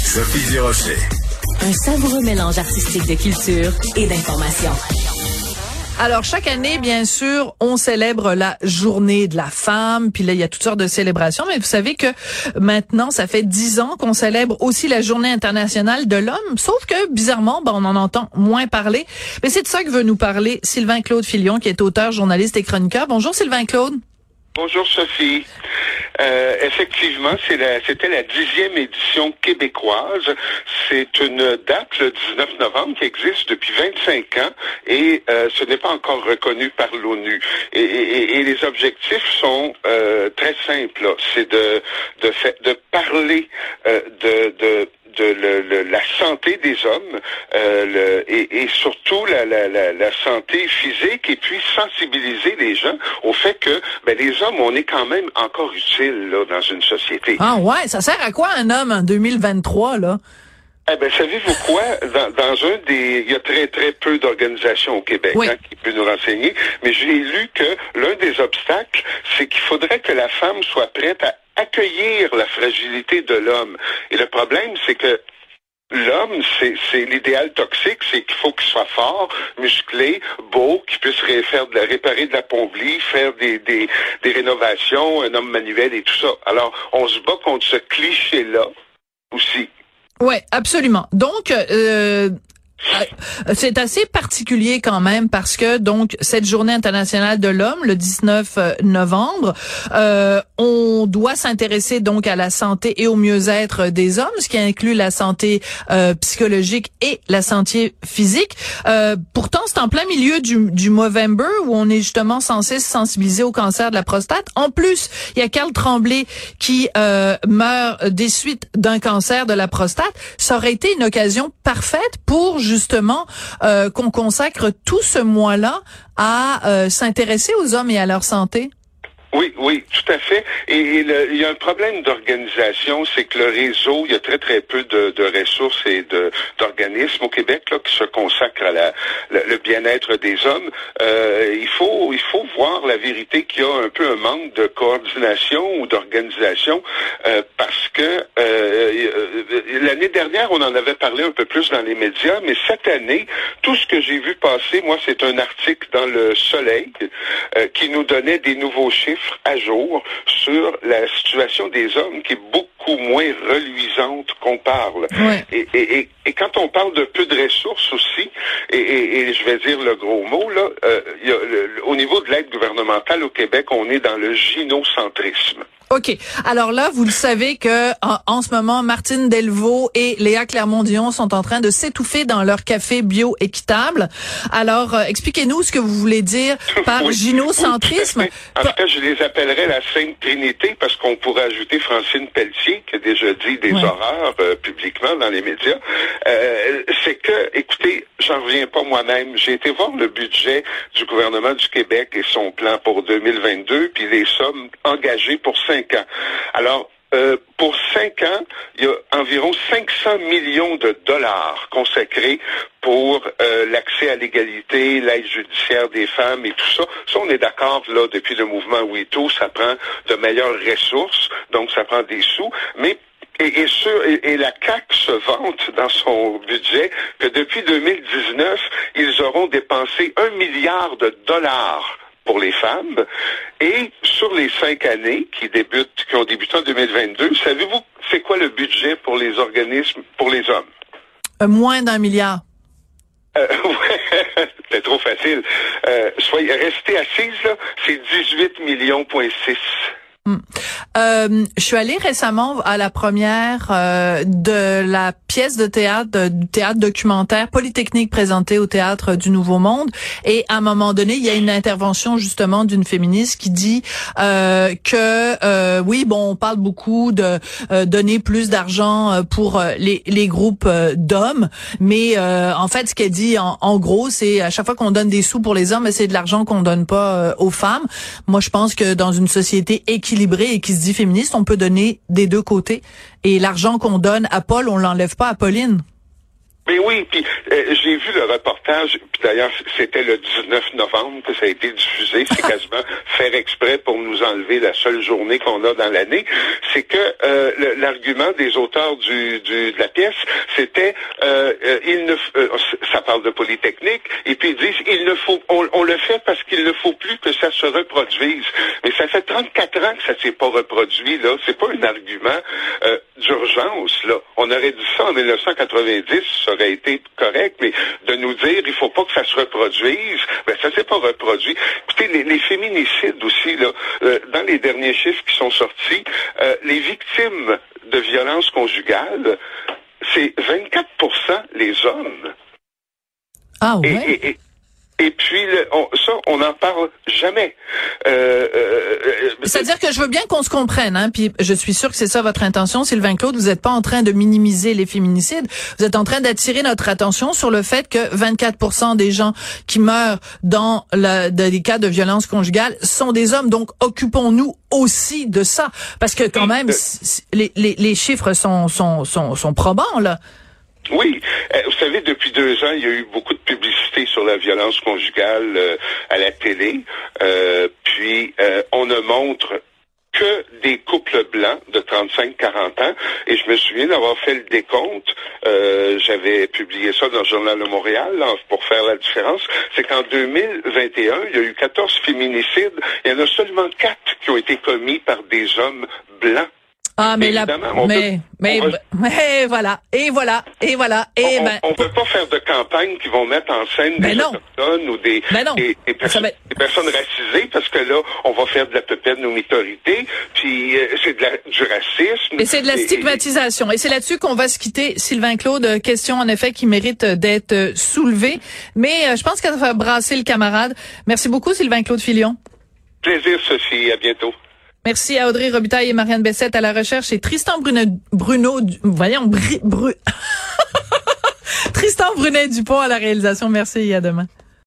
Sophie Durocher. Un savoureux mélange artistique de culture et d'information. Alors, chaque année, bien sûr, on célèbre la journée de la femme, puis là, il y a toutes sortes de célébrations, mais vous savez que maintenant, ça fait 10 ans qu'on célèbre aussi la journée internationale de l'homme, sauf que, bizarrement, on en entend moins parler. Mais c'est de ça que veut nous parler Sylvain-Claude Filion, qui est auteur, journaliste et chroniqueur. Bonjour Sylvain-Claude. Bonjour Sophie. Effectivement, c'était la 10e édition québécoise. C'est une date, le 19 novembre, qui existe depuis 25 ans et ce n'est pas encore reconnu par l'ONU. Et les objectifs sont très simples. Là. C'est de parler de la santé des hommes et surtout la santé physique, et puis sensibiliser les gens au fait que les hommes, on est quand même encore utile là dans une société. Ah ouais, ça sert à quoi un homme en 2023 là? Savez-vous quoi? Il y a très, très peu d'organisations au Québec qui peuvent nous renseigner, mais j'ai lu que l'un des obstacles, c'est qu'il faudrait que la femme soit prête à accueillir la fragilité de l'homme. Et le problème, c'est que l'homme, c'est l'idéal toxique, c'est qu'il faut qu'il soit fort, musclé, beau, qu'il puisse réparer de la plomberie, faire des rénovations, un homme manuel et tout ça. Alors, on se bat contre ce cliché-là aussi. Ouais, absolument. Donc, c'est assez particulier quand même parce que donc cette journée internationale de l'homme le 19 novembre, on doit s'intéresser donc à la santé et au mieux-être des hommes, ce qui inclut la santé psychologique et la santé physique. Pourtant, c'est en plein milieu du Movember où on est justement censé se sensibiliser au cancer de la prostate. En plus, il y a Carl Tremblay qui meurt des suites d'un cancer de la prostate. Ça aurait été une occasion parfaite pour justement qu'on consacre tout ce mois-là à s'intéresser aux hommes et à leur santé. Oui, tout à fait. Et il y a un problème d'organisation, c'est que le réseau, il y a très, très peu de ressources et d'organismes au Québec là, qui se consacrent à le bien-être des hommes. Il faut voir la vérité qu'il y a un peu un manque de coordination ou d'organisation parce que l'année dernière, on en avait parlé un peu plus dans les médias, mais cette année, tout ce que j'ai vu passer, moi, c'est un article dans Le Soleil qui nous donnait des nouveaux chiffres à jour sur la situation des hommes qui est beaucoup moins reluisante qu'on parle. Ouais. Et quand on parle de peu de ressources aussi, et je vais dire le gros mot, là, au niveau de l'aide gouvernementale au Québec, on est dans le gynocentrisme. OK. Alors là, vous le savez que en ce moment, Martine Delvaux et Léa Clermont-Dion sont en train de s'étouffer dans leur café bio équitable. Alors, expliquez-nous ce que vous voulez dire par gynocentrisme. En fait, je les appellerais la Sainte Trinité parce qu'on pourrait ajouter Francine Pelletier qui a déjà dit des horreurs publiquement dans les médias. C'est que, écoutez, j'en reviens pas moi-même. J'ai été voir le budget du gouvernement du Québec et son plan pour 2022, puis les sommes engagées pour 5 ans. Alors, pour 5 ans, il y a environ 500 millions de dollars consacrés pour l'accès à l'égalité, l'aide judiciaire des femmes et tout ça. Ça, on est d'accord, là, depuis le mouvement WeToo, ça prend de meilleures ressources, donc ça prend des sous, mais et la CAQ se vante dans son budget que depuis 2019, ils auront dépensé 1 milliard de dollars pour les femmes. Et sur les 5 années qui ont débuté en 2022, savez-vous c'est quoi le budget pour les organismes pour les hommes? Moins d'1 milliard. C'est trop facile. Restez assise, là, c'est 18 millions,6. Je suis allée récemment à la première de la pièce de théâtre, du théâtre documentaire Polytechnique présenté au Théâtre du Nouveau Monde. Et à un moment donné, il y a une intervention justement d'une féministe qui dit que oui, bon, on parle beaucoup de donner plus d'argent pour les groupes d'hommes, mais en fait, ce qu'elle dit en gros, c'est à chaque fois qu'on donne des sous pour les hommes, c'est de l'argent qu'on donne pas aux femmes. Moi, je pense que dans une société équilibrée et qui se dit féministe, on peut donner des deux côtés. Et l'argent qu'on donne à Paul, on l'enlève pas à Pauline. Mais oui, puis j'ai vu le reportage, puis d'ailleurs c'était le 19 novembre que ça a été diffusé, c'est quasiment faire exprès pour nous enlever la seule journée qu'on a dans l'année, c'est que l'argument des auteurs de la pièce, c'était ça parle de Polytechnique, et puis ils disent on le fait parce qu'il ne faut plus que ça se reproduise. Mais ça fait 34 ans que ça s'est pas reproduit, là. C'est pas un argument d'urgence, là. On aurait dit ça en 1990, ça aurait été correct, mais de nous dire il faut pas que ça se reproduise, ben ça s'est pas reproduit. Écoutez, les féminicides aussi, là, dans les derniers chiffres qui sont sortis, les victimes de violences conjugales, c'est 24% les hommes. Ah ouais. Et puis, on n'en parle jamais. C'est-à-dire que je veux bien qu'on se comprenne, hein, puis je suis sûre que c'est ça votre intention, Sylvain Claude. Vous n'êtes pas en train de minimiser les féminicides. Vous êtes en train d'attirer notre attention sur le fait que 24% des gens qui meurent dans des cas de violence conjugale sont des hommes. Donc, occupons-nous aussi de ça. Parce que quand même, les chiffres sont probants, là. Oui. Vous savez, depuis 2 ans, il y a eu beaucoup de publicité sur la violence conjugale à la télé. Puis, on ne montre que des couples blancs de 35-40 ans. Et je me souviens d'avoir fait le décompte. J'avais publié ça dans le Journal de Montréal, là, pour faire la différence. C'est qu'en 2021, il y a eu 14 féminicides. Il y en a seulement 4 qui ont été commis par des hommes blancs. Ah, mais voilà. On peut pas faire de campagne qui vont mettre en scène des autochtones ou des personnes racisées, parce que là, on va faire de la peuplade nos minorités, puis c'est du racisme. Et c'est de la stigmatisation. Et c'est là-dessus qu'on va se quitter, Sylvain Claude. Question, en effet, qui mérite d'être soulevée. Mais je pense qu'elle va brasser le camarade. Merci beaucoup, Sylvain Claude Filion. Plaisir, Sophie. À bientôt. Merci à Audrey Robitaille et Marianne Bessette à la recherche et Tristan Tristan Brunet-Dupont à la réalisation. Merci et à demain.